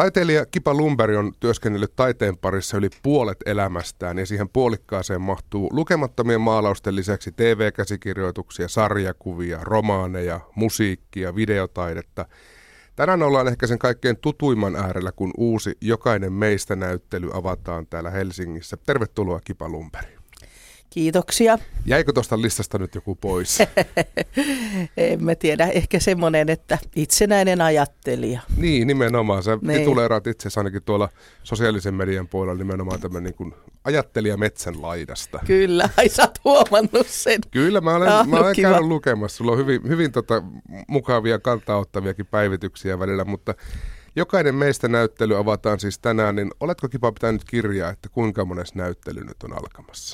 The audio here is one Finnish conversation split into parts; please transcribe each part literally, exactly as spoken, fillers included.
Taiteilija Kipa Lundberg on työskennellyt taiteen parissa yli puolet elämästään ja siihen puolikkaaseen mahtuu lukemattomien maalausten lisäksi T V-käsikirjoituksia, sarjakuvia, romaaneja, musiikkia, videotaidetta. Tänään ollaan ehkä sen kaikkein tutuimman äärellä, kun uusi Jokainen meistä -näyttely avataan täällä Helsingissä. Tervetuloa Kipa Lundberg. Kiitoksia. Jäikö tuosta listasta nyt joku pois? En mä tiedä. Ehkä semmoinen, että itsenäinen ajattelija. Niin, nimenomaan. Sä niin. tituleeraat itse ainakin tuolla sosiaalisen median puolella nimenomaan tämmöinen niin kuin ajattelija metsän laidasta. Kyllä, ai sä oot huomannut sen. Kyllä, mä olen, ah, mä olen no, käynyt lukemassa. Sulla on hyvin, hyvin tota, mukavia kantaa-ottaviakin päivityksiä välillä, mutta Jokainen meistä -näyttely avataan siis tänään, niin oletko Kipa pitänyt kirjaa, että kuinka monessa näyttely nyt on alkamassa?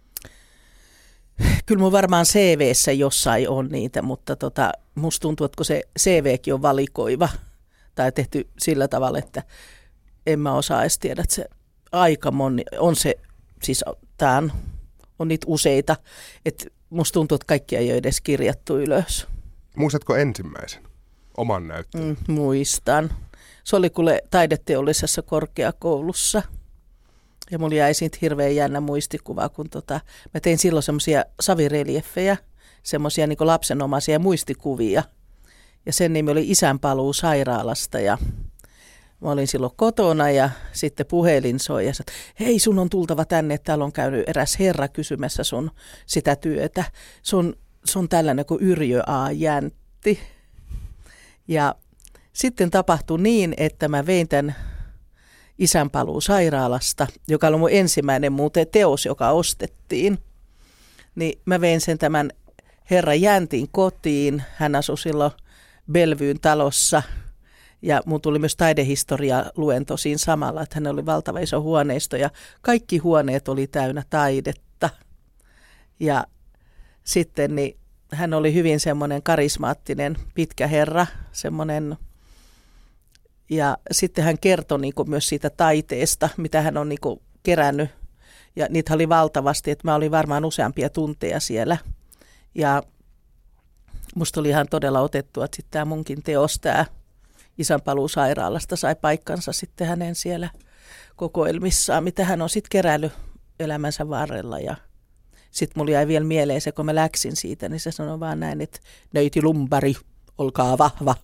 Kyllä mun varmaan C V:ssä jossain on niitä, mutta tota, musta tuntuu, että kun se C V:kin on valikoiva tai tehty sillä tavalla, että en mä osaa edes tiedä, että se aika moni, on se, siis tää on, on niitä useita, että musta tuntuu, että kaikkia ei ole edes kirjattu ylös. Muistatko ensimmäisen oman näyttelyn? Mm, muistan. Se oli kuule taideteollisessa korkeakoulussa. Ja mulla jäi siitä hirveän jännä muistikuva, kun tota, mä tein silloin semmoisia savirelieffejä, semmoisia niin kuin lapsenomaisia muistikuvia. Ja sen nimi oli Isän paluu sairaalasta ja mä olin silloin kotona ja sitten puhelin soi ja sanoin, hei sun on tultava tänne, että täällä on käynyt eräs herra kysymässä sun sitä työtä. Se on, se on tällainen kuin Yrjö A. Jäntti. Ja sitten tapahtui niin, että mä vein tämän Isän paluu sairaalasta, joka oli mun ensimmäinen muuten teos, joka ostettiin. Niin mä vein sen tämän herra Jäntin kotiin. Hän asui silloin Bellevuén talossa ja mun tuli myös taidehistoria-luento siinä samalla, että hän oli valtava iso huoneisto ja kaikki huoneet oli täynnä taidetta. Ja sitten niin hän oli hyvin semmoinen karismaattinen pitkä herra, semmoinen. Ja sitten hän kertoi niin kuin myös siitä taiteesta, mitä hän on niin kuin kerännyt. Ja niitä oli valtavasti, että mä olin varmaan useampia tunteja siellä. Ja musta oli ihan todella otettua, että sitten tämä munkin teos, tämä Isän paluu sairaalasta, sai paikkansa sitten hänen siellä kokoelmissaan, mitä hän on sitten kerännyt elämänsä varrella. Ja sitten mulla jäi vielä mieleen se, kun mä läksin siitä, niin se sanoi vaan näin, että neiti Lundberg, olkaa vahva.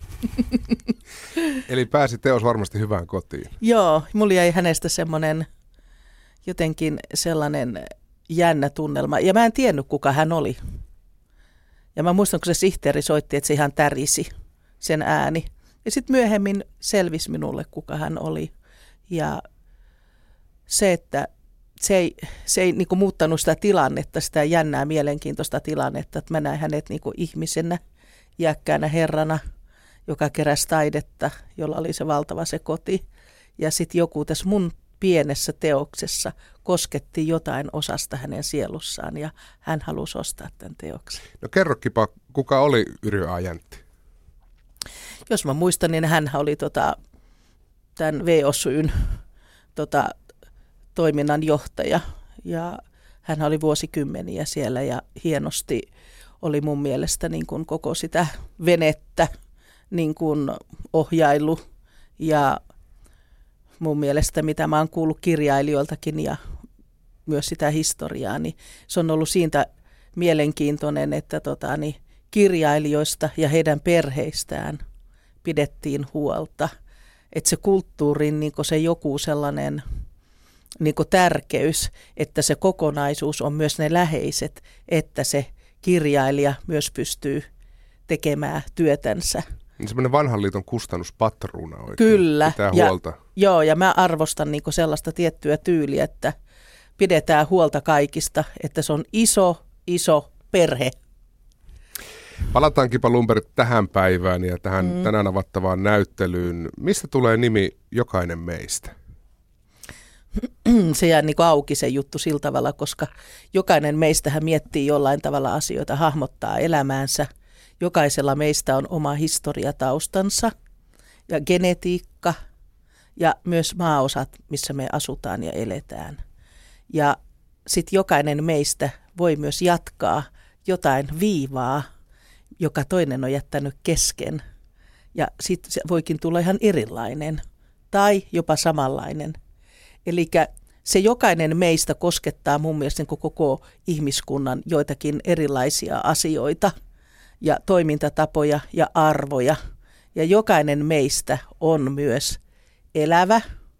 Eli pääsi teos varmasti hyvään kotiin. Joo, mulla jäi hänestä semmoinen jotenkin sellainen jännä tunnelma. Ja mä en tiennyt, kuka hän oli. Ja mä muistan, kun se sihteeri soitti, että se ihan tärisi sen ääni. Ja sitten myöhemmin selvisi minulle, kuka hän oli. Ja se, että se ei, se ei niin kuin muuttanut sitä tilannetta, sitä jännää mielenkiintoista tilannetta, että mä näin hänet niin kuin ihmisenä, iäkkäänä herrana, joka keräsi taidetta, jolla oli se valtava se koti. Ja sitten joku tässä mun pienessä teoksessa kosketti jotain osasta hänen sielussaan ja hän halusi ostaa tämän teoksen. No kerro Kipa, kuka oli Yrjö A. Jäntti? Jos mä muistan, niin hän oli tota, tämän V O S Y:n tota, toiminnan johtaja ja hän oli vuosikymmeniä siellä ja hienosti oli mun mielestä niin kuin koko sitä venettä niin kuin ohjailu ja mun mielestä mitä mä oon kuullut kirjailijoiltakin ja myös sitä historiaa, niin se on ollut siitä mielenkiintoinen, että tota, niin kirjailijoista ja heidän perheistään pidettiin huolta. Että se kulttuurin niin kuin se joku sellainen niin kuin tärkeys, että se kokonaisuus on myös ne läheiset, että se kirjailija myös pystyy tekemään työtänsä. Semmoinen vanhan liiton kustannuspatruuna oikein. Kyllä. Pitää ja, huolta. Joo, ja mä arvostan niinku sellaista tiettyä tyyliä, että pidetään huolta kaikista, että se on iso, iso perhe. Palataan Kipa Lundberg tähän päivään ja tähän mm. tänään avattavaan näyttelyyn. Mistä tulee nimi Jokainen meistä? Se jää niinku auki se juttu sillä tavalla, koska jokainen meistähän miettii jollain tavalla asioita, hahmottaa elämäänsä. Jokaisella meistä on oma historiataustansa ja genetiikka ja myös maaosat, missä me asutaan ja eletään. Ja sitten jokainen meistä voi myös jatkaa jotain viivaa, joka toinen on jättänyt kesken. Ja sitten se voikin tulla ihan erilainen tai jopa samanlainen. Eli se jokainen meistä koskettaa mun mielestä niin koko ihmiskunnan joitakin erilaisia asioita ja toimintatapoja ja arvoja. Ja jokainen meistä on myös elävä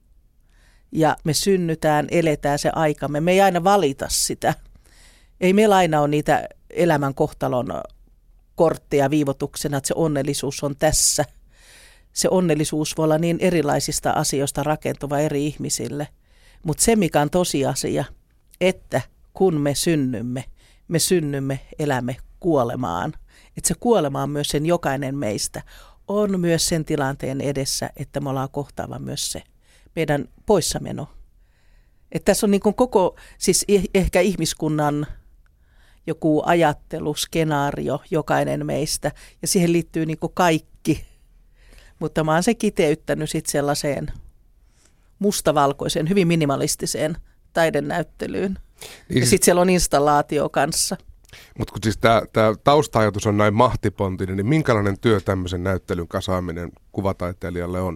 ja me synnytään, eletään se aikamme. Me ei aina valita sitä. Ei meillä aina ole niitä elämän kohtalon kortteja viivotuksena, että se onnellisuus on tässä. Se onnellisuus voi olla niin erilaisista asioista rakentuva eri ihmisille. Mutta se, mikä on tosiasia, että kun me synnymme, me synnymme, elämme kuolemaan. Että se kuolema on myös sen jokainen meistä. On myös sen tilanteen edessä, että me ollaan kohtaava myös se meidän poissameno. Että tässä on niin kuin koko, siis ehkä ihmiskunnan joku ajattelu, skenaario, jokainen meistä, ja siihen liittyy niin kuin kaikki. Mutta mä oon se kiteyttänyt sitten sellaiseen mustavalkoiseen, hyvin minimalistiseen taidenäyttelyyn. Niin ja sitten siellä on installaatio kanssa. Mutta kun siis tämä tausta-ajatus on näin mahtipontinen, niin minkälainen työ tämmöisen näyttelyn kasaaminen kuvataiteilijalle on?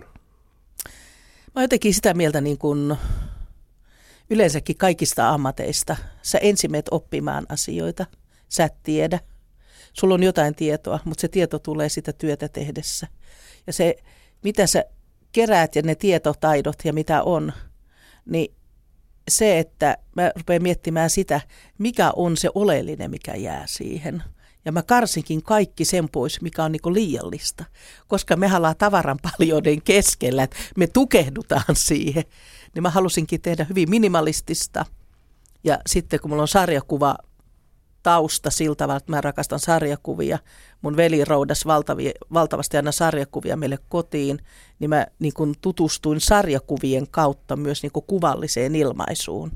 Mä jotenkin sitä mieltä niin kuin yleensäkin kaikista ammateista. Sä ensin menet oppimaan asioita, sä et tiedä. Sulla on jotain tietoa, mutta se tieto tulee sitä työtä tehdessä. Ja se, mitä sä keräät ja ne tietotaidot ja mitä on, niin se, että mä rupean miettimään sitä, mikä on se oleellinen, mikä jää siihen. Ja mä karsinkin kaikki sen pois, mikä on niinku liiallista, koska me ollaan tavaran paljouden keskellä, että me tukehdutaan siihen. Niin mä halusinkin tehdä hyvin minimalistista. Ja sitten kun mulla on sarjakuva tausta sillä tavalla, että mä rakastan sarjakuvia. Mun veli roudasi valtavia, valtavasti aina sarjakuvia meille kotiin, niin mä niin kun tutustuin sarjakuvien kautta myös niin kun kuvalliseen ilmaisuun.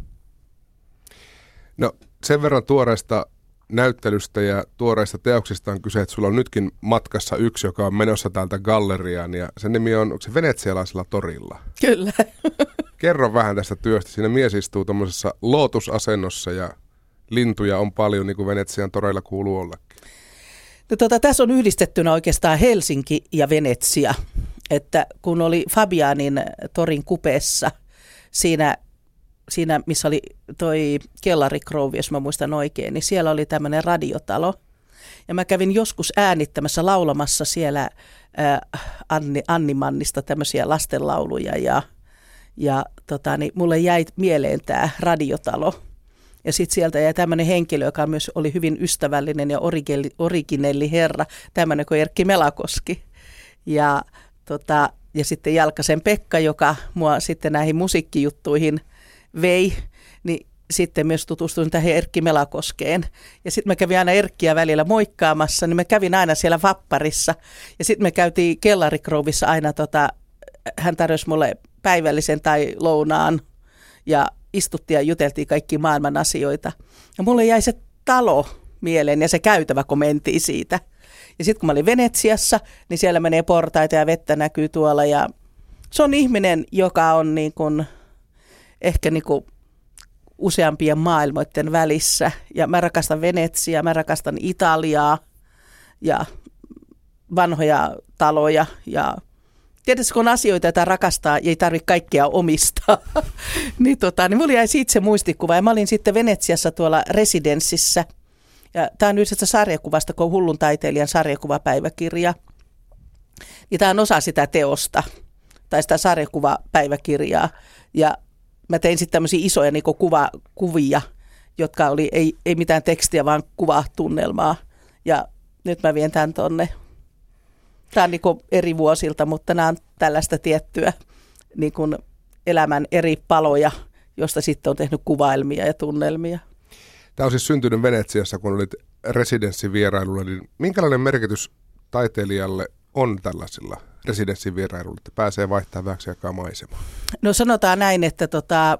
No sen verran tuoreesta näyttelystä ja tuoreista teoksista on kyse, että sulla on nytkin matkassa yksi, joka on menossa täältä galleriaan, ja sen nimi on, onko se venetsialaisella torilla? Kyllä. Kerro vähän tästä työstä. Siinä mies istuu tuommoisessa lootusasennossa ja lintuja on paljon, niin kuin Venetsian toreilla kuuluu ollakin. No, tota, tässä on yhdistettynä oikeastaan Helsinki ja Venetsia. Että kun oli Fabianin torin kupeessa, siinä, siinä missä oli toi kellarikrouvi, jos mä muistan oikein, niin siellä oli tämmöinen radiotalo. Ja mä kävin joskus äänittämässä, laulamassa siellä ää, Anni, Anni Mannista tämmöisiä lastenlauluja. Ja, ja tota, niin mulle jäi mieleen tämä radiotalo. Ja sitten sieltä jäi tämmöinen henkilö, joka myös oli hyvin ystävällinen ja originelli herra, tämmöinen kuin Erkki Melakoski. Ja, tota, ja sitten Jalkasen Pekka, joka mua sitten näihin musiikkijuttuihin vei, niin sitten myös tutustuin tähän Erkki Melakoskeen. Ja sitten mä kävin aina Erkkiä välillä moikkaamassa, niin mä kävin aina siellä Vapparissa. Ja sitten me käytiin kellarikrouvissa aina, tota, hän tarjosi mulle päivällisen tai lounaan ja istuttiin ja juteltiin kaikki maailman asioita. Ja mulle jäi se talo mieleen ja se käytävä, kun mentiin siitä. Ja sitten kun mä olin Venetsiassa, niin siellä menee portaita ja vettä näkyy tuolla. Ja se on ihminen, joka on niin kuin, ehkä niin kuin useampien maailmoiden välissä. Ja mä rakastan Venetsiaa, mä rakastan Italiaa ja vanhoja taloja ja tietysti kun on asioita, joita rakastaa ja ei tarvitse kaikkea omistaa, niin, tota, niin mulla jäi siitä se muistikuva. Ja mä olin sitten Venetsiassa tuolla residenssissä. Ja tämä on yhdessä sarjakuvasta, kun on Hullun taiteilijan sarjakuvapäiväkirja. Ja tämä on osa sitä teosta, tai sitä sarjakuvapäiväkirjaa. Ja mä tein sitten tämmöisiä isoja niin kuva, kuvia, jotka oli ei, ei mitään tekstiä, vaan kuvatunnelmaa. Ja nyt mä vien tämän tonne. Tämä on niin kuin eri vuosilta, mutta nämä on tällaista tiettyä niin kuin elämän eri paloja, josta sitten on tehnyt kuvailmia ja tunnelmia. Tämä on siis syntynyt Venetsiassa, kun olit residenssivierailulla. Niin minkälainen merkitys taiteilijalle on tällaisilla residenssivierailuilla, että pääsee vaihtamaan vähäksi aikaa maisemaa? No sanotaan näin, että tota,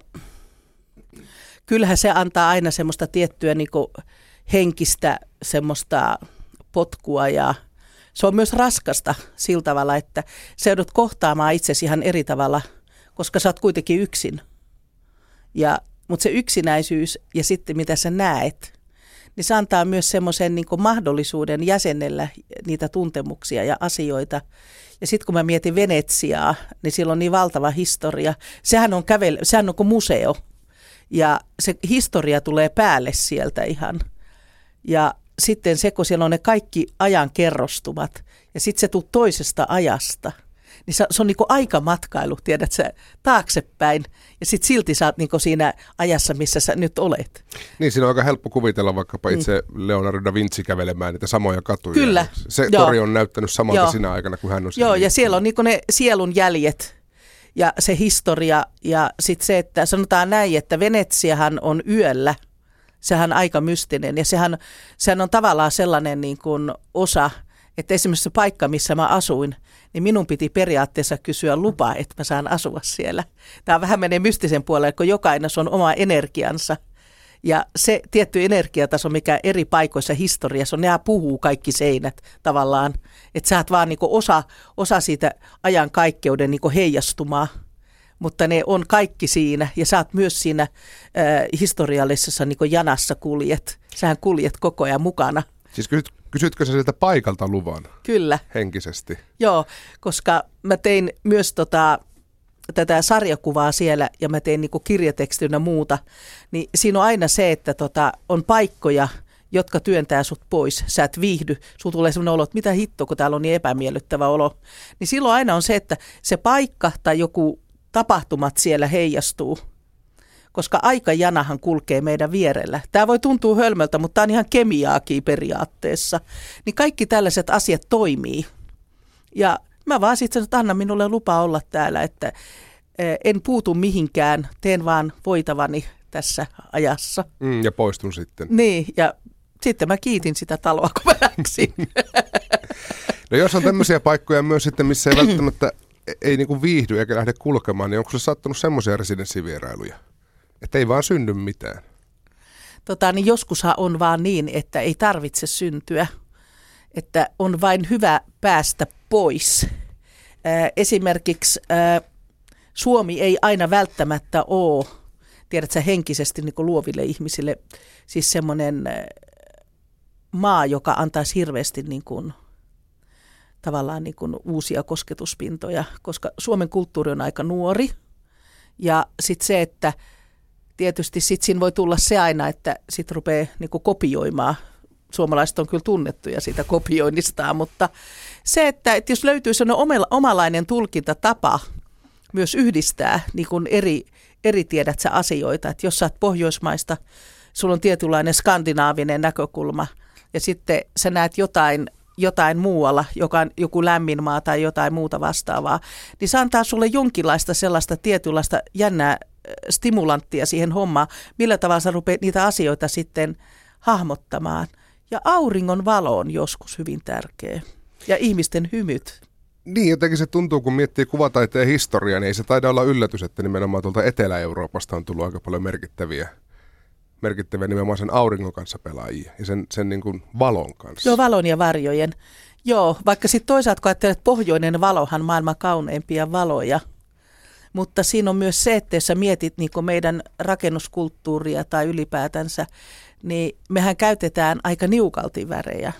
kyllähän se antaa aina semmoista tiettyä niin kuin henkistä semmoista potkua ja se on myös raskasta sillä tavalla, että sä joudut kohtaamaan itsesi ihan eri tavalla, koska sä oot kuitenkin yksin. Ja, mutta se yksinäisyys ja sitten mitä sä näet, niin se antaa myös semmoisen niin kuin mahdollisuuden jäsennellä niitä tuntemuksia ja asioita. Ja sitten kun mä mietin Venetsiaa, niin sillä on niin valtava historia. Sehän on, kävel, sehän on kuin museo ja se historia tulee päälle sieltä ihan. Ja sitten se, kun siellä on ne kaikki ajan kerrostumat ja sitten se tulee toisesta ajasta, niin se, se on niin kuin aikamatkailu, tiedät sä, taaksepäin. Ja sitten silti sä oot niin kuin siinä ajassa, missä sä nyt olet. Niin, siinä on aika helppo kuvitella vaikkapa itse mm. Leonardo da Vinci kävelemään niitä samoja katuja. Kyllä. Se Joo. tori on näyttänyt samalta Joo. sinä aikana, kun hän on siinä. Joo, ja siellä on niin kuin ne sielun jäljet ja se historia. Ja sitten se, että sanotaan näin, että Venetsiahan on yöllä. Sehän on aika mystinen ja sehän, sehän on tavallaan sellainen niin kuin osa, että esimerkiksi se paikka, missä mä asuin, niin minun piti periaatteessa kysyä lupa, että mä saan asua siellä. Tämä vähän menee mystisen puolelle, kun jokainen on oma energiansa. Ja se tietty energiataso, mikä eri paikoissa historiassa on, nämä puhuu kaikki seinät tavallaan. Että sä oot vaan niin kuin osa, osa siitä ajan kaikkeuden niin kuin heijastumaa. Mutta ne on kaikki siinä ja sä oot myös siinä äh, historiallisessa niin kuin janassa kuljet. Sähän kuljet koko ajan mukana. Siis kysyt, kysytkö sä sieltä paikalta luvan? Kyllä. Henkisesti? Joo, koska mä tein myös tota, tätä sarjakuvaa siellä ja mä tein niin kuin kirjatekstinä muuta. Niin siinä on aina se, että tota, on paikkoja, jotka työntää sut pois. Sä et viihdy. Sulla tulee sellainen olo, että mitä hitto, kun täällä on niin epämiellyttävä olo. Niin silloin aina on se, että se paikka tai joku tapahtumat siellä heijastuu, koska aikajanahan kulkee meidän vierellä. Tämä voi tuntua hölmöltä, mutta tämä on ihan kemiaakin periaatteessa. Niin kaikki tällaiset asiat toimii. Ja mä vaan sitten sanon, että anna minulle lupa olla täällä, että en puutu mihinkään, teen vaan voitavani tässä ajassa. Mm, ja poistun sitten. Niin, ja sitten mä kiitin sitä taloa, kun mä läksin. No jos on tämmöisiä paikkoja myös sitten, missä ei välttämättä ei niinku viihdy eikä lähde kulkemaan, niin onko se sattunut semmoisia residenssivierailuja, että ei vaan synny mitään? Tota, niin joskushan on vaan niin, että ei tarvitse syntyä, että on vain hyvä päästä pois. Äh, esimerkiksi äh, Suomi ei aina välttämättä ole, tiedätkö henkisesti niin kuin luoville ihmisille, siis semmoinen äh, maa, joka antaisi hirveästi niin kuin tavallaan niin kuin uusia kosketuspintoja, koska Suomen kulttuuri on aika nuori. Ja sitten se, että tietysti sit siinä voi tulla se aina, että sitten rupeaa niin kuin kopioimaan. Suomalaiset on kyllä tunnettuja siitä kopioinnistaan, mutta se, että, että jos löytyy sellainen omalainen tulkintatapa myös yhdistää niin kuin eri, eri tiedät sä asioita, että jos sä oot Pohjoismaista, sulla on tietynlainen skandinaavinen näkökulma ja sitten sä näet jotain jotain muualla, joka on joku lämmin maa tai jotain muuta vastaavaa, niin se antaa sulle jonkinlaista sellaista tietynlaista jännää stimulanttia siihen hommaan, millä tavalla sä rupeat niitä asioita sitten hahmottamaan. Ja auringon valo on joskus hyvin tärkeä. Ja ihmisten hymyt. Niin, jotenkin se tuntuu, kun miettii kuvataiteen historiaa, niin ei se taida olla yllätys, että nimenomaan tuolta Etelä-Euroopasta on tullut aika paljon merkittäviä merkittäviä nimenomaan sen auringon kanssa pelaajia ja sen, sen niin kuin valon kanssa. Joo, valon ja varjojen. Joo, vaikka sitten toisaalta kun ajattelet, että pohjoinen valohan maailman kauneimpia valoja, mutta siinä on myös se, että jos sä mietit niin kuin meidän rakennuskulttuuria tai ylipäätänsä, niin mehän käytetään aika niukalti värejä.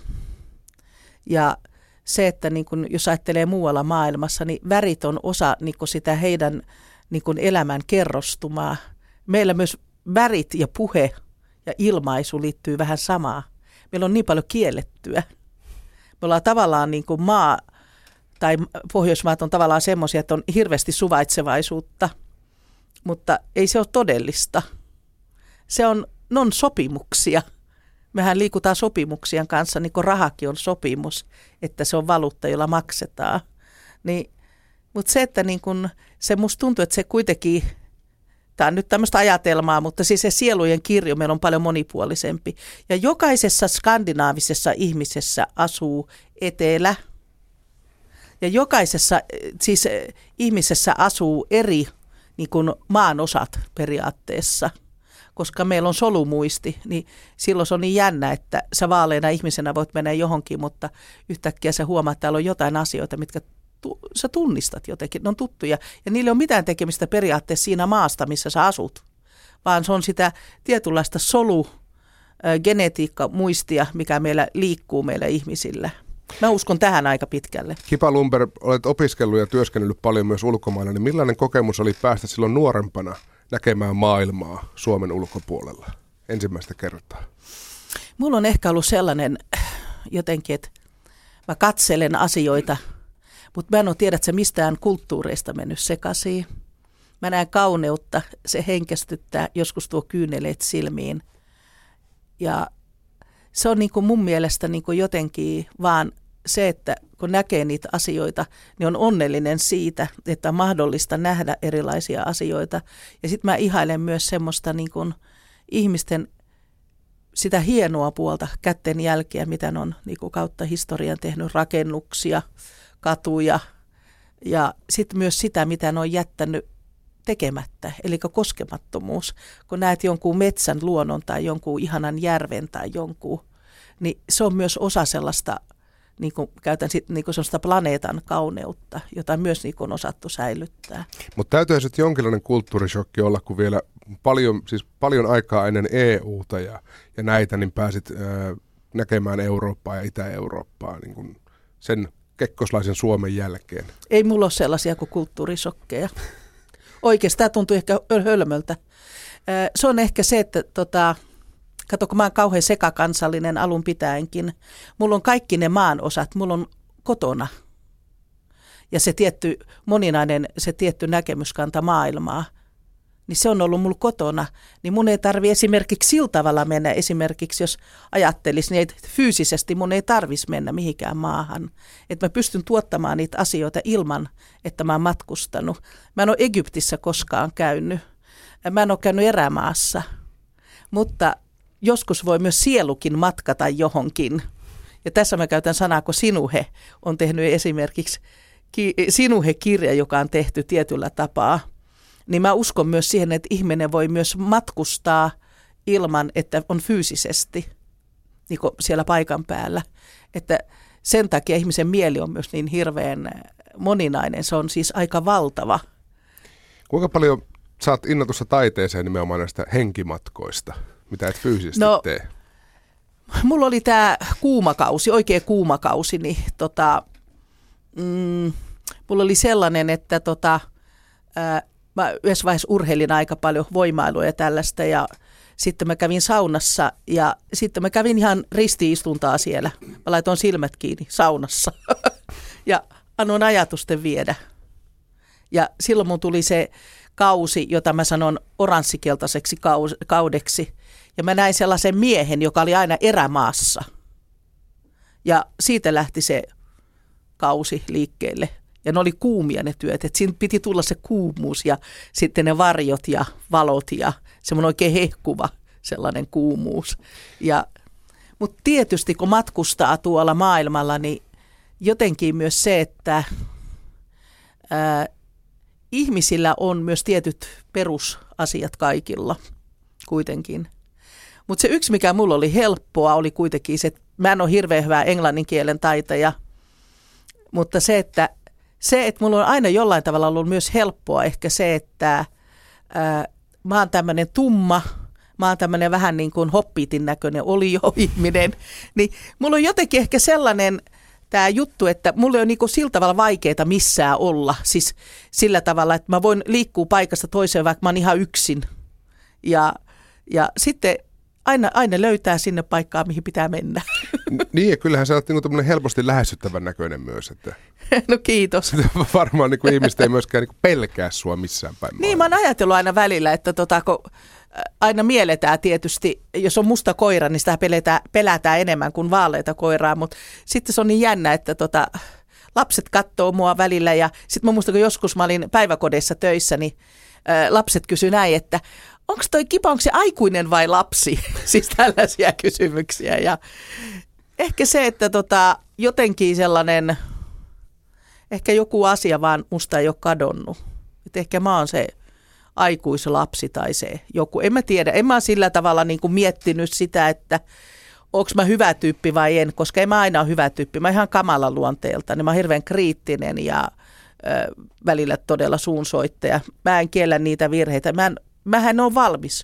Ja se, että niin kuin, jos ajattelee muualla maailmassa, niin värit on osa niin kuin sitä heidän niin kuin elämän kerrostumaa. Meillä myös värit ja puhe ja ilmaisu liittyy vähän samaa. Meillä on niin paljon kiellettyä. Me ollaan tavallaan niin kuin maa, tai Pohjoismaat on tavallaan semmoisia, että on hirveästi suvaitsevaisuutta, mutta ei se ole todellista. Se on non-sopimuksia. Mehän liikutaan sopimuksien kanssa, niin kuin rahakin on sopimus, että se on valuutta, jolla maksetaan. Niin, mutta se, että niin kun, se musta tuntuu, että se kuitenkin, tämä on nyt tämmöistä ajatelmaa, mutta siis se sielujen kirjo meillä on paljon monipuolisempi. Ja jokaisessa skandinaavisessa ihmisessä asuu etelä. Ja jokaisessa siis ihmisessä asuu eri niin kuin maan osat periaatteessa. Koska meillä on solumuisti, niin silloin se on niin jännä, että sä vaaleena ihmisenä voit mennä johonkin, mutta yhtäkkiä sä huomaat, että täällä on jotain asioita, mitkä tu- sä tunnistat jotenkin, ne on tuttuja. Ja niillä ei ole mitään tekemistä periaatteessa siinä maasta, missä sä asut, vaan se on sitä tietynlaista solu, genetiikka, muistia, mikä meillä liikkuu meillä ihmisillä. Mä uskon tähän aika pitkälle. Kipa Lundberg, olet opiskellut ja työskennellyt paljon myös ulkomailla, niin millainen kokemus oli päästä silloin nuorempana näkemään maailmaa Suomen ulkopuolella ensimmäistä kertaa? Mulla on ehkä ollut sellainen jotenkin, että mä katselen asioita, mutta mä en ole tiedä, että se mistään kulttuureista mennyt sekaisin. Mä näen kauneutta, se henkästyttää, joskus tuo kyyneleet silmiin. Ja se on niin kuin mun mielestä niin kuin jotenkin vaan se, että kun näkee niitä asioita, niin on onnellinen siitä, että on mahdollista nähdä erilaisia asioita. Ja sitten mä ihailen myös semmoista niin kuin ihmisten sitä hienoa puolta, kätten jälkeä, mitä ne on niin kuin kautta historian tehnyt, rakennuksia, katuja ja sitten myös sitä, mitä ne on jättänyt tekemättä, eli koskemattomuus. Kun näet jonkun metsän luonnon tai jonkun ihanan järven tai jonkun, niin se on myös osa sellaista, niin kuin käytän sit, niin kuin sellaista planeetan kauneutta, jota myös niin kuin on osattu säilyttää. Mutta täytyy sitten jonkinlainen kulttuurishokki olla, kun vielä paljon, siis paljon aikaa ennen E U:ta ja, ja näitä, niin pääsit ää, näkemään Eurooppaa ja Itä-Eurooppaa niin kuin sen kekkoslaisen Suomen jälkeen. Ei mulla ole sellaisia kuin kulttuurishokkeja. Oikeastaan tämä tuntuu ehkä hölmöltä. Se on ehkä se, että tota, kato, kun mä oon kauhean sekakansallinen alun pitäenkin. Mulla on kaikki ne maan osat, mulla on kotona. Ja se tietty moninainen, se tietty näkemyskanta maailmaa, niin se on ollut mulla kotona. Niin mun ei tarvi esimerkiksi sillä tavalla mennä, esimerkiksi jos ajattelisi, niin ei, fyysisesti mun ei tarvitsisi mennä mihinkään maahan. Että mä pystyn tuottamaan niitä asioita ilman, että mä oon matkustanut. Mä en ole Egyptissä koskaan käynyt. Mä en ole käynyt erämaassa. Mutta joskus voi myös sielukin matkata johonkin. Ja tässä mä käytän sanaa, kun Sinuhe on tehnyt esimerkiksi ki- Sinuhe-kirja, joka on tehty tietyllä tapaa. Niin mä uskon myös siihen, että ihminen voi myös matkustaa ilman, että on fyysisesti niin kuin siellä paikan päällä. Että sen takia ihmisen mieli on myös niin hirveän moninainen. Se on siis aika valtava. Kuinka paljon saat innotusta taiteeseen nimenomaan näistä henkimatkoista, mitä et fyysisesti no, tee? Mulla oli tämä kuumakausi, oikea kuumakausi, niin tota, mm, mulla oli sellainen, että tota, ää, mä yhdessä vaiheessa urheilin aika paljon voimailua ja tällaista ja sitten mä kävin saunassa ja sitten mä kävin ihan ristiistuntaa siellä. Mä laitoin silmät kiinni saunassa ja annoin ajatusten viedä. Ja silloin mun tuli se kausi, jota mä sanon oranssikeltaiseksi kaudeksi. Ja mä näin sellaisen miehen, joka oli aina erämaassa. Ja siitä lähti se kausi liikkeelle. Ja ne oli kuumia ne työt, että siinä piti tulla se kuumuus ja sitten ne varjot ja valot ja semmoinen oikein hehkuva sellainen kuumuus. Ja, mutta tietysti kun matkustaa tuolla maailmalla, niin jotenkin myös se, että ää, ihmisillä on myös tietyt perusasiat kaikilla kuitenkin. Mutta se yksi, mikä mulla oli helppoa, oli kuitenkin se, että mä en ole hirveän hyvä englannin kielen taitaja, mutta se, että Se, että mulla on aina jollain tavalla ollut myös helppoa ehkä se, että ää, mä oon tämmöinen tumma, mä oon tämmöinen vähän niin kuin hoppitin näköinen olio-ihminen, niin mulla on jotenkin ehkä sellainen tämä juttu, että mulla ei ole niin kuin sillä tavalla vaikeaa missään olla. Siis sillä tavalla, että mä voin liikkua paikasta toiseen, vaikka mä oon ihan yksin. Ja, ja sitten aina, aina löytää sinne paikkaan, mihin pitää mennä. Niin, ja kyllähän sä oot niin helposti lähestyttävän näköinen myös. Että no kiitos. Varmaan niin kuin ihmiset ei myöskään niin kuin pelkää sua missään päin maailmaa. Niin, mä oon ajatellut aina välillä, että tota, kun aina mielletään tietysti, jos on musta koira, niin sitä pelätään, pelätään enemmän kuin vaaleita koiraa, mutta sitten se on niin jännä, että tota, lapset katsoo mua välillä ja sitten mä muistan, kun joskus mä olin päiväkodeissa töissä, niin ä, lapset kysyi näin, että onko toi Kipa, onko se aikuinen vai lapsi? Siis tällaisia kysymyksiä ja ehkä se, että tota, jotenkin sellainen, ehkä joku asia vaan musta ei ole kadonnut. Et ehkä mä oon se aikuislapsi tai se joku, en mä tiedä. En mä ole sillä tavalla niin kuin miettinyt sitä, että onko mä hyvä tyyppi vai en, koska en mä aina ole hyvä tyyppi. Mä oon ihan kamala luonteelta, niin mä oon hirveän kriittinen ja ö, välillä todella suunsoittaja. Mä en kiellä niitä virheitä. Mä en, mähän on valmis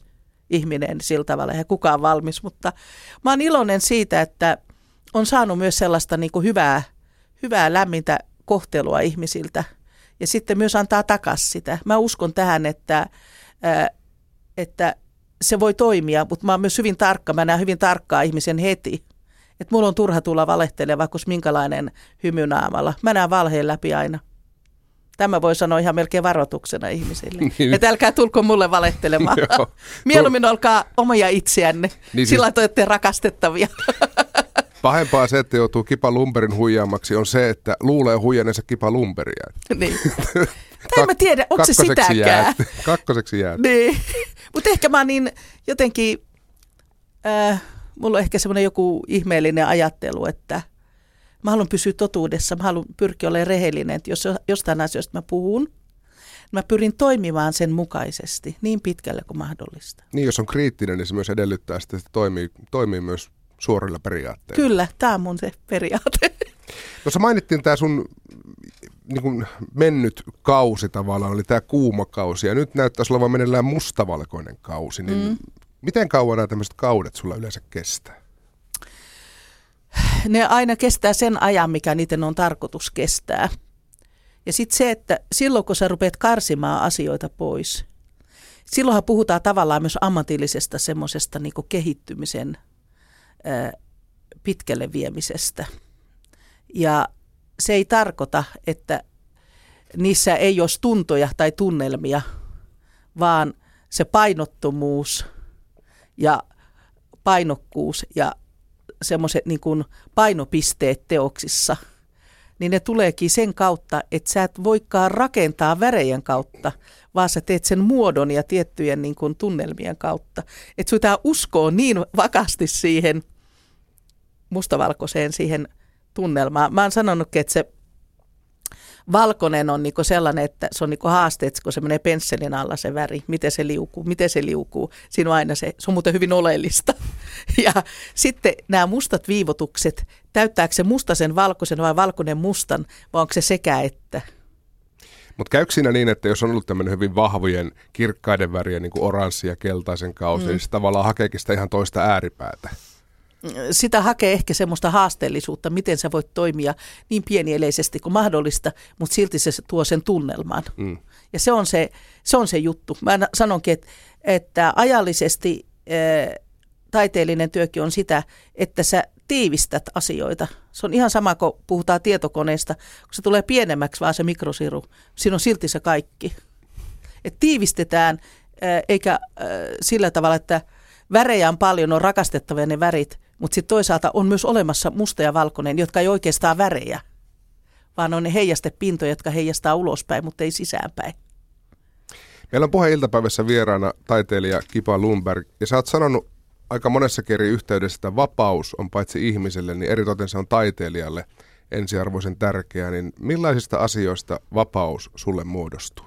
ihminen sillä tavalla, ja kukaan valmis, mutta mä oon iloinen siitä, että on saanut myös sellaista niin kuin hyvää, hyvää lämmintä kohtelua ihmisiltä ja sitten myös antaa takaisin sitä. Mä uskon tähän, että, ää, että se voi toimia, mutta mä oon myös hyvin tarkka, mä näen hyvin tarkkaa ihmisen heti, että mulla on turha tulla valehtelemaan, vaikka minkälainen hymy naamalla. Mä näen valheen läpi aina. Tämä voi sanoa ihan melkein varoituksena ihmisille. Niin. Että älkää tulko mulle valehtelemaan. Mieluummin olkaa omia itseänne. Niin Sillä siis... te olette rakastettavia. Pahempaa se, että joutuu Kipa Lumberin huijaamaksi, on se, että luulee huijaneensa Kipa Lumberia. Niin. Tai en mä tiedä, onko se sitäkään. Jäät. Kakkoseksi jäät. Niin. Mutta ehkä mä oon niin jotenkin, äh, mulla on ehkä semmoinen joku ihmeellinen ajattelu, että mä haluan pysyä totuudessa, mä haluan pyrkiä olemaan rehellinen, että jos jostain asioista mä puhun, niin mä pyrin toimimaan sen mukaisesti niin pitkälle kuin mahdollista. Niin, jos on kriittinen, niin se myös edellyttää, että se toimii, toimii myös suorilla periaatteilla. Kyllä, tämä on mun se periaate. Tuossa mainittiin tämä sun niin kuin mennyt kausi tavallaan, oli tämä kuuma kausi, ja nyt näyttäisi olevan meneillään mustavalkoinen kausi. Niin mm. miten kauan nämä tämmöiset kaudet sulla yleensä kestää? Ne aina kestää sen ajan, mikä niiden on tarkoitus kestää. Ja sitten se, että silloin kun sä rupeat karsimaan asioita pois, silloinhan puhutaan tavallaan myös ammatillisesta semmoisesta niin kuin kehittymisen ää, pitkälle viemisestä. Ja se ei tarkoita, että niissä ei olisi tuntoja tai tunnelmia, vaan se painottomuus ja painokkuus ja semmoiset niin kuin painopisteet teoksissa, niin ne tuleekin sen kautta, että sä et voikaan rakentaa värejen kautta, vaan sä teet sen muodon ja tiettyjen niin kuin tunnelmien kautta. Että sun tää uskoo niin vakaasti siihen mustavalkoiseen siihen tunnelmaan. Mä oon sanonutkin, että se valkoinen on niinku sellainen, että se on niinku haaste, että kun se menee pensselin alla se väri, miten se liukuu, miten se liukuu. Siinä on aina se, se on muuten hyvin oleellista. Ja sitten nämä mustat viivotukset, täyttääkö se mustaisen valkoisen vai valkoinen mustan, vai onko se sekä että? Mutta käykö siinä niin, että jos on ollut tämmöinen hyvin vahvojen kirkkaiden värien, niin kuin oranssi ja keltaisen kausi, mm. niin se tavallaan hakeekin sitä ihan toista ääripäätä? Sitä hakee ehkä semmoista haasteellisuutta, miten sä voit toimia niin pienieleisesti kuin mahdollista, mutta silti se tuo sen tunnelman. Mm. Ja se on se, se on se juttu. Mä sanonkin, että, että ajallisesti ää, taiteellinen työkin on sitä, että sä tiivistät asioita. Se on ihan sama, kun puhutaan tietokoneesta, kun se tulee pienemmäksi vaan se mikrosiru. Siinä on silti se kaikki. Et tiivistetään, ää, eikä ää, sillä tavalla, että värejä on paljon, on rakastettavia ne värit, mutta sitten toisaalta on myös olemassa musta ja valkoinen, jotka ei oikeastaan värejä, vaan on ne heijastepintoja, jotka heijastaa ulospäin, mutta ei sisäänpäin. Meillä on Puheen iltapäivässä vieraana taiteilija Kipa Lumberg, ja sä oot sanonut aika monessakin eri yhteydessä, että vapaus on paitsi ihmiselle, niin eritoten se on taiteilijalle ensiarvoisen tärkeää. Niin millaisista asioista vapaus sulle muodostuu?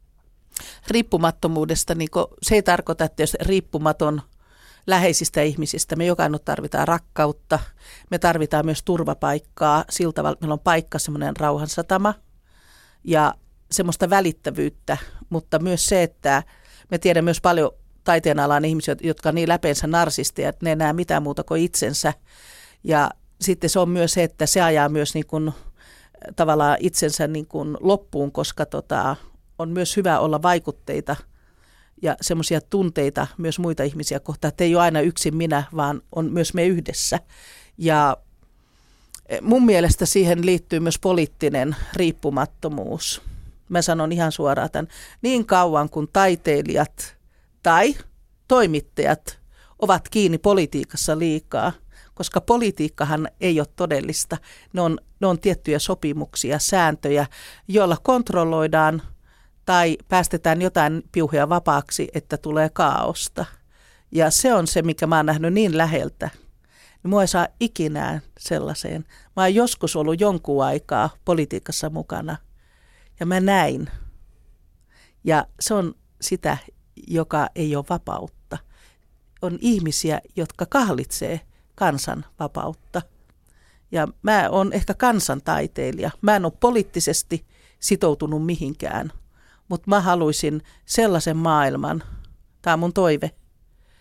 Riippumattomuudesta, niin se ei tarkoita, että jos riippumaton läheisistä ihmisistä, me jokainen tarvitaan rakkautta, me tarvitaan myös turvapaikkaa, sillä tavalla meillä on paikka, semmoinen rauhansatama ja semmoista välittävyyttä, mutta myös se, että me tiedämme myös paljon taiteen alan ihmisiä, jotka on niin läpeensä narsisteja, että ne ei näe mitään muuta kuin itsensä. Ja sitten se on myös se, että se ajaa myös niin kuin, tavallaan itsensä niin kuin loppuun, koska tota, on myös hyvä olla vaikutteita ja semmoisia tunteita myös muita ihmisiä kohtaan, että ei ole aina yksin minä, vaan on myös me yhdessä. Ja mun mielestä siihen liittyy myös poliittinen riippumattomuus. Mä sanon ihan suoraan tämän, niin kauan kuin taiteilijat tai toimittajat ovat kiinni politiikassa liikaa, koska politiikkahan ei ole todellista. Ne on, ne on tiettyjä sopimuksia, sääntöjä, joilla kontrolloidaan tai päästetään jotain piuhia vapaaksi, että tulee kaaosta. Ja se on se, mikä mä oon nähnyt niin läheltä. Mua ei saa ikinään sellaiseen. Mä oon joskus ollut jonkun aikaa politiikassa mukana ja mä näin. Ja se on sitä, joka ei ole vapautta. On ihmisiä, jotka kahlitsee kansan vapautta. Ja mä oon ehkä kansantaiteilija. Mä en ole poliittisesti sitoutunut mihinkään. Mutta mä haluaisin sellaisen maailman, tämä on mun toive,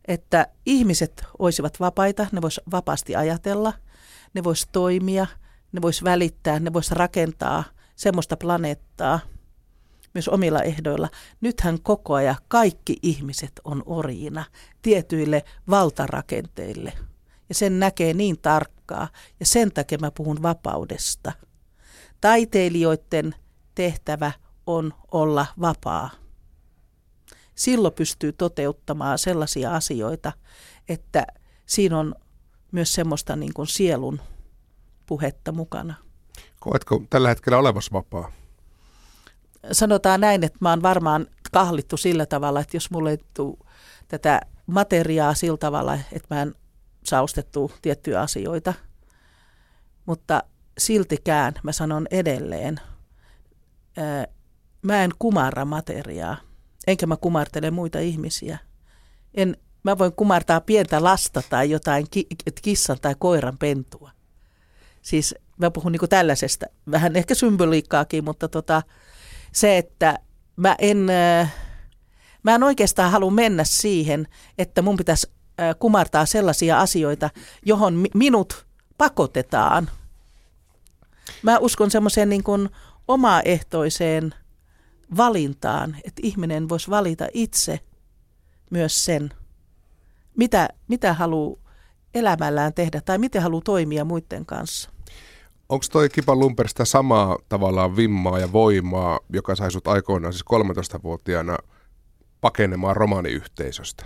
että ihmiset olisivat vapaita, ne vois vapaasti ajatella, ne vois toimia, ne vois välittää, ne vois rakentaa semmoista planeettaa myös omilla ehdoilla. Nythän koko ajan kaikki ihmiset on orjina tietyille valtarakenteille. Ja sen näkee niin tarkkaa. Ja sen takia mä puhun vapaudesta. Taiteilijoiden tehtävä on olla vapaa. Silloin pystyy toteuttamaan sellaisia asioita, että siinä on myös semmoista niin kuin sielun puhetta mukana. Koetko tällä hetkellä olevasi vapaa? Sanotaan näin, että mä oon varmaan kahlittu sillä tavalla, että jos mulle ei tule tätä materiaa sillä tavalla, että mä en saa ostettua tiettyjä asioita. Mutta siltikään mä sanon edelleen, ää, mä en kumarra materiaa, enkä mä kumartele muita ihmisiä. En, mä voin kumartaa pientä lasta tai jotain ki, kissan tai koiran pentua. Siis mä puhun niinku tällaisesta, vähän ehkä symboliikkaakin, mutta tota, se, että mä en, mä en oikeastaan halua mennä siihen, että mun pitäisi kumartaa sellaisia asioita, johon minut pakotetaan. Mä uskon semmoiseen niin kuin omaehtoiseen valintaan, että ihminen voisi valita itse myös sen, mitä, mitä haluaa elämällään tehdä tai miten haluaa toimia muiden kanssa. Onko toi Kipa Lundberg sitä samaa tavallaan vimmaa ja voimaa, joka sai sut aikoinaan siis kolmetoistavuotiaana pakenemaan romaaniyhteisöstä?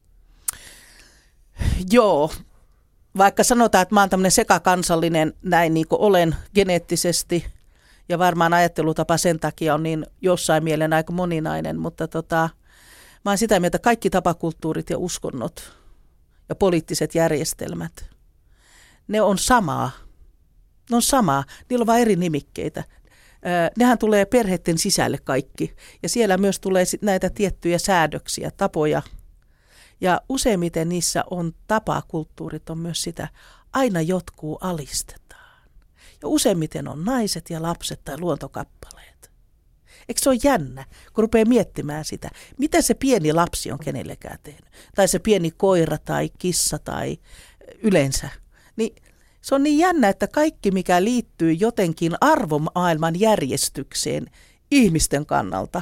Joo, vaikka sanotaan, että mä oon tämmöinen sekakansallinen, näin niin kuin olen geneettisesti ja varmaan ajattelutapa sen takia on niin jossain mielen aika moninainen, mutta tota, mä oon sitä mieltä, että kaikki tapakulttuurit ja uskonnot ja poliittiset järjestelmät, ne on samaa. Ne on samaa, niillä on vain eri nimikkeitä. Nehän tulee perheiden sisälle kaikki ja siellä myös tulee sit näitä tiettyjä säädöksiä, tapoja. Ja useimmiten niissä on tapakulttuurit on myös sitä, aina jotkut alistetaan. Ja useimmiten on naiset ja lapset tai luontokappaleet. Eikö se ole jännä, kun rupeaa miettimään sitä, mitä se pieni lapsi on kenellekään tehnyt? Tai se pieni koira tai kissa tai yleensä. Niin se on niin jännä, että kaikki mikä liittyy jotenkin arvomaailman järjestykseen ihmisten kannalta.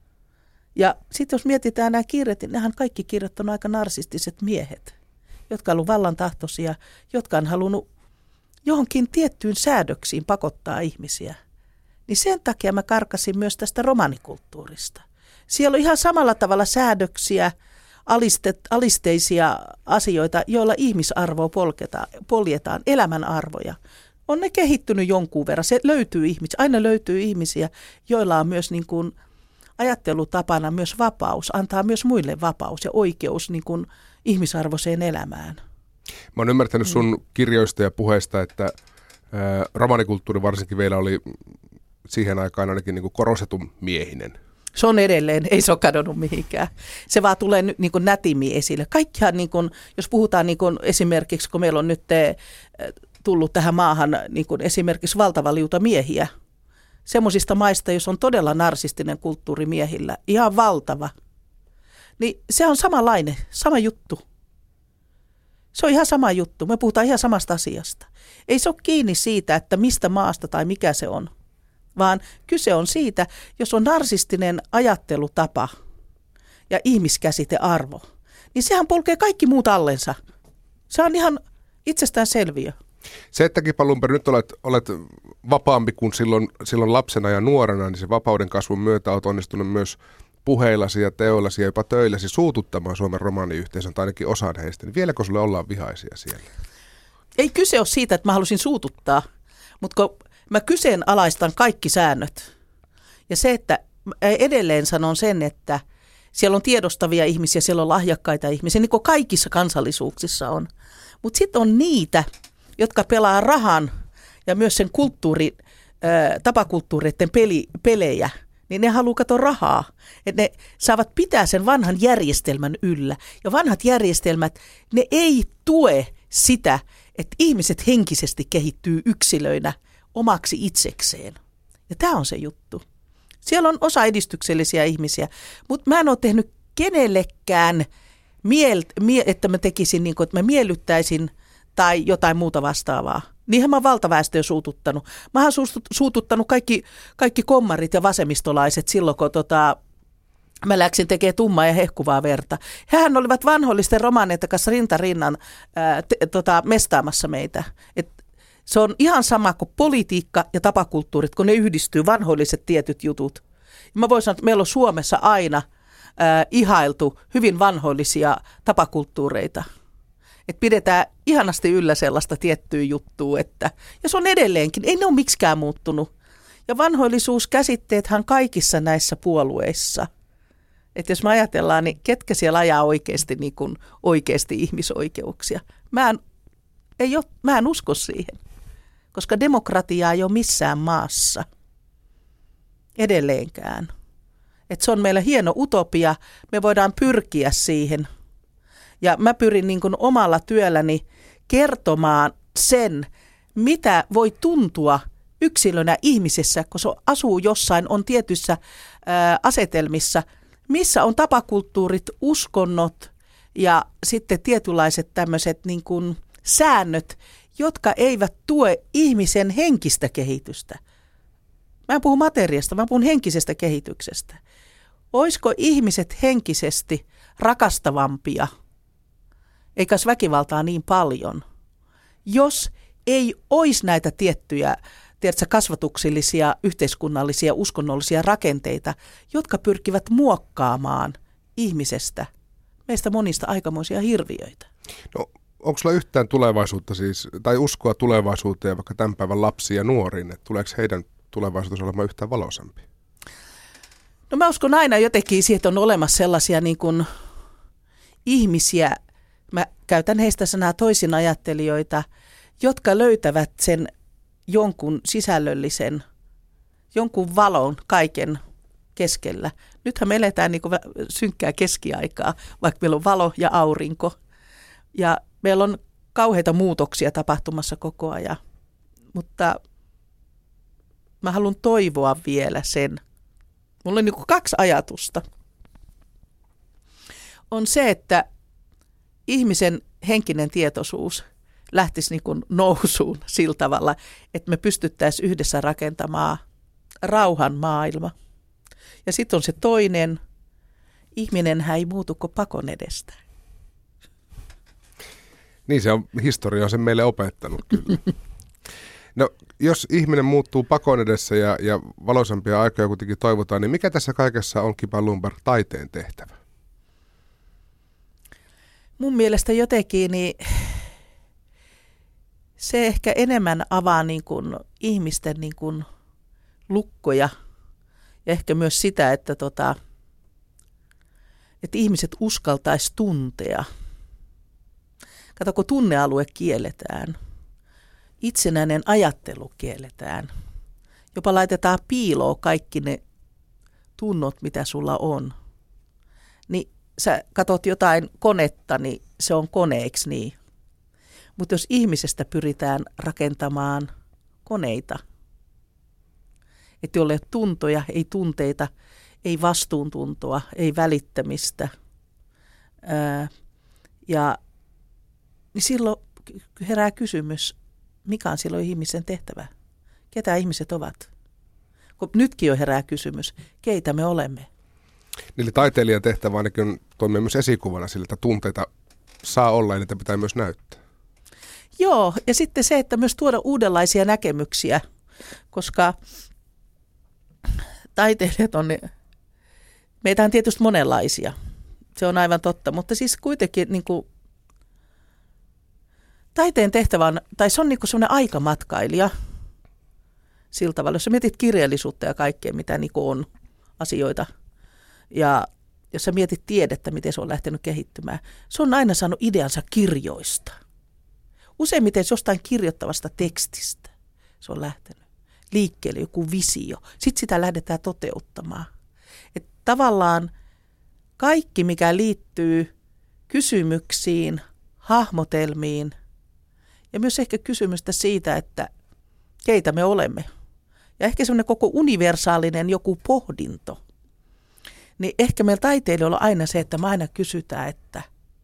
Ja sitten jos mietitään nämä kirjat, niin nehän kaikki kirjat on aika narsistiset miehet, jotka ovat vallan tahtoisia, jotka on halunnut johonkin tiettyyn säädöksiin pakottaa ihmisiä. Niin sen takia mä karkasin myös tästä romanikulttuurista. Siellä on ihan samalla tavalla säädöksiä, aliste, alisteisia asioita, joilla ihmisarvoa polketaan, poljetaan, elämän arvoja. On ne kehittynyt jonkun verran. Se löytyy ihmisiä, aina löytyy ihmisiä, joilla on myös niin kuin ajattelutapana myös vapaus, antaa myös muille vapaus ja oikeus niin kuin ihmisarvoiseen elämään. Mä oon ymmärtänyt sun kirjoista ja puheista, että ää, romanikulttuuri varsinkin vielä oli siihen aikaan ainakin niin kuin korostetun miehinen. Se on edelleen, ei se ole kadonnut mihinkään. Se vaan tulee nyt niin kuin nätimmin esille. Kaikkihan, niin kuin, jos puhutaan niin kuin esimerkiksi, kun meillä on nyt tullut tähän maahan niin kuin esimerkiksi valtava liuta miehiä, semmoisista maista, jos on todella narsistinen kulttuuri miehillä, ihan valtava, niin se on samanlainen, sama juttu. Se on ihan sama juttu. Me puhutaan ihan samasta asiasta. Ei se ole kiinni siitä, että mistä maasta tai mikä se on, vaan kyse on siitä, jos on narsistinen ajattelutapa ja ihmiskäsitearvo, niin sehän polkee kaikki muut allensa. Se on ihan itsestäänselviö. Se, että Kipa Lundberg, nyt olet, olet vapaampi kuin silloin, silloin lapsena ja nuorena, niin se vapauden kasvun myötä olet onnistunut myös puheillasi ja teoillasi ja jopa töilläsi suututtamaan Suomen romaaniyhteisön tai ainakin osan heistä. Niin vieläkö sulle ollaan vihaisia siellä? Ei kyse ole siitä, että mä halusin suututtaa, mutta kun mä kyseenalaistan kaikki säännöt. Ja se, että edelleen sanon sen, että siellä on tiedostavia ihmisiä, siellä on lahjakkaita ihmisiä, niin kuin kaikissa kansallisuuksissa on. Mutta sitten on niitä, jotka pelaa rahan ja myös sen kulttuuri, ää, tapakulttuureiden peli, pelejä, niin ne haluaa katsoa rahaa. Että ne saavat pitää sen vanhan järjestelmän yllä. Ja vanhat järjestelmät, ne ei tue sitä, että ihmiset henkisesti kehittyy yksilöinä omaksi itsekseen. Ja tämä on se juttu. Siellä on osa edistyksellisiä ihmisiä, mutta mä en ole tehnyt kenellekään miel, mie, että mä tekisin, niin kuin, että mä miellyttäisin tai jotain muuta vastaavaa. Niinhän mä oon valtaväestöä suututtanut. Mä oon suututtanut kaikki, kaikki kommarit ja vasemmistolaiset silloin, kun tota, mä läksin tekemään tummaa ja hehkuvaa verta. Hehän olivat vanhollisten romaaneiden kanssa rintarinnan ää, te, tota, mestaamassa meitä. Et se on ihan sama kuin politiikka ja tapakulttuurit, kun ne yhdistyy, vanhoilliset tietyt jutut. Ja mä voin sanoa, että meillä on Suomessa aina ää, ihailtu hyvin vanhoillisia tapakulttuureita. Että pidetään ihanasti yllä sellaista tiettyä juttua, että, ja se on edelleenkin, ei ne ole miksikään muuttunut. Ja vanhoillisuuskäsitteethän kaikissa näissä puolueissa. Että jos me ajatellaan, niin ketkä siellä ajaa oikeasti, niin kuin oikeasti ihmisoikeuksia. Mä en, ei ole, mä en usko siihen, koska demokratiaa ei ole missään maassa edelleenkään. Että se on meillä hieno utopia, me voidaan pyrkiä siihen. Ja mä pyrin niin kuin omalla työlläni kertomaan sen, mitä voi tuntua yksilönä ihmisessä, kun se asuu jossain, on tietyissä ää, asetelmissa, missä on tapakulttuurit, uskonnot ja sitten tietynlaiset tämmöiset niin kuin säännöt, jotka eivät tue ihmisen henkistä kehitystä. Mä en puhu materiasta, mä puhun henkisestä kehityksestä. Oisko ihmiset henkisesti rakastavampia, eikä väkivaltaa niin paljon, jos ei olisi näitä tiettyjä tiedätkö, kasvatuksellisia, yhteiskunnallisia, uskonnollisia rakenteita, jotka pyrkivät muokkaamaan ihmisestä, meistä monista aikamoisia hirviöitä. No, onko sulla yhtään tulevaisuutta siis, tai uskoa tulevaisuuteen vaikka tämän päivän lapsiin ja nuoriin, että tuleeko heidän tulevaisuutensa olemaan yhtään valoisampi? No mä uskon aina jotenkin siihen, että on olemassa sellaisia niin kuin ihmisiä, mä käytän heistä sanaa toisin ajattelijoita, jotka löytävät sen jonkun sisällöllisen, jonkun valon kaiken keskellä. Nythän me eletään niin kuin synkkää keskiaikaa, vaikka meillä on valo ja aurinko. Ja meillä on kauheita muutoksia tapahtumassa koko ajan. Mutta mä haluan toivoa vielä sen. Mulla on niin kuin kaksi ajatusta. On se, että ihmisen henkinen tietoisuus lähtisi niin kuin nousuun sillä tavalla, että me pystyttäisiin yhdessä rakentamaan rauhan maailma. Ja sitten on se toinen, ihminenhän ei muutu kuin pakon edestä. Niin se on, historia on sen meille opettanut kyllä. No jos ihminen muuttuu pakon edessä ja, ja valoisampia aikoja kuitenkin toivotaan, niin mikä tässä kaikessa on, Kipa Lundberg, taiteen tehtävä? Mun mielestä jotenkin niin se ehkä enemmän avaa niin kuin ihmisten niin kuin lukkoja ja ehkä myös sitä, että, tota, että ihmiset uskaltaisi tuntea. Kato, kun tunnealue kielletään, itsenäinen ajattelu kielletään, jopa laitetaan piiloon kaikki ne tunnot, mitä sulla on, niin sä katot jotain konetta, niin se on koneeksi niin. Mutta jos ihmisestä pyritään rakentamaan koneita, että jolle ei ole tuntoja, ei tunteita, ei vastuuntuntoa, ei välittämistä, ää, ja niin silloin herää kysymys, mikä on silloin ihmisen tehtävä? Ketä ihmiset ovat? Kun nytkin jo herää kysymys, keitä me olemme? Eli taiteilijan tehtävä ainakin toimii myös esikuvana sillä, että tunteita saa olla ja niitä pitää myös näyttää. Joo, ja sitten se, että myös tuoda uudenlaisia näkemyksiä, koska taiteilijat on, meitä on tietysti monenlaisia, se on aivan totta, mutta siis kuitenkin niin kuin, taiteen tehtävä on, tai se on niin kuin sellainen aikamatkailija sillä tavalla, jos sä mietit kirjallisuutta ja kaikkea, mitä niin kuin on asioita, ja jos sä mietit tiedettä, miten se on lähtenyt kehittymään, se on aina saanut ideansa kirjoista. Useimmiten jostain kirjoittavasta tekstistä se on lähtenyt liikkeelle, joku visio. Sitten sitä lähdetään toteuttamaan. Et tavallaan kaikki, mikä liittyy kysymyksiin, hahmotelmiin ja myös ehkä kysymystä siitä, että keitä me olemme. Ja ehkä semmoinen koko universaalinen joku pohdinto. Niin ehkä meillä taiteilijoilla on aina se, että me aina kysytään, että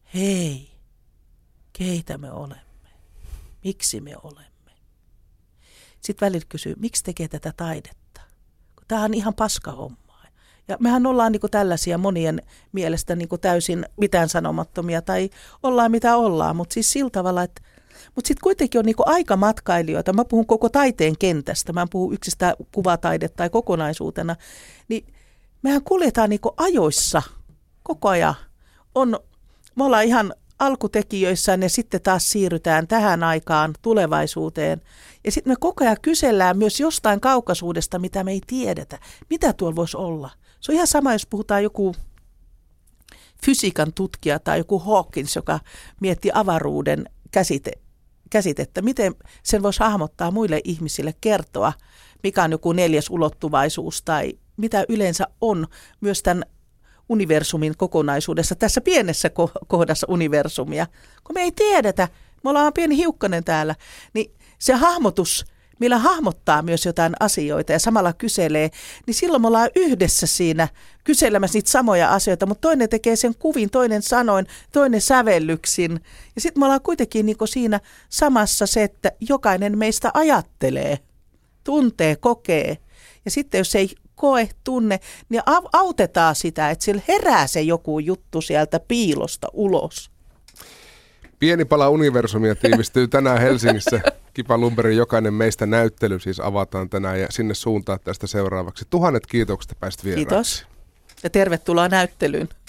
hei, keitä me olemme, miksi me olemme. Sitten välillä kysyy, miksi tekee tätä taidetta, kun tämä on ihan paskahommaa. Ja mehän ollaan niin kuin tällaisia monien mielestä niin kuin täysin mitään sanomattomia tai ollaan mitä ollaan, mutta siis sillä tavalla, että mutta sitten kuitenkin on niin kuin aikamatkailijoita. Mä puhun koko taiteen kentästä, mä en puhu yksistä kuvataidetta tai kokonaisuutena, niin mehän kuljetaan niin kuin ajoissa koko ajan. On, me ollaan ihan alkutekijöissä ja sitten taas siirrytään tähän aikaan tulevaisuuteen. Ja sitten me koko ajan kysellään myös jostain kaukaisuudesta, mitä me ei tiedetä. Mitä tuolla voisi olla? Se on ihan sama, jos puhutaan joku fysiikan tutkija tai joku Hawkins, joka miettii avaruuden käsite, käsitettä. Miten sen voisi hahmottaa muille ihmisille, kertoa, mikä on joku neljäs ulottuvaisuus tai mitä yleensä on myös tämän universumin kokonaisuudessa, tässä pienessä kohdassa universumia. Kun me ei tiedetä, me ollaan pieni hiukkanen täällä, niin se hahmotus, millä hahmottaa myös jotain asioita ja samalla kyselee, niin silloin me ollaan yhdessä siinä kyselemässä niitä samoja asioita, mutta toinen tekee sen kuvin, toinen sanoin, toinen sävellyksin. Ja sitten me ollaan kuitenkin niin kuin siinä samassa se, että jokainen meistä ajattelee, tuntee, kokee. Ja sitten jos ei koe, tunne, niin autetaan sitä, että sillä herää se joku juttu sieltä piilosta ulos. Pieni pala universumia tiivistyy tänään Helsingissä. Kipa Lundbergin Jokainen meistä -näyttely siis avataan tänään ja sinne suuntaan tästä seuraavaksi. Tuhannet kiitokset, että pääsit vieraaksi. Kiitos ja tervetuloa näyttelyyn.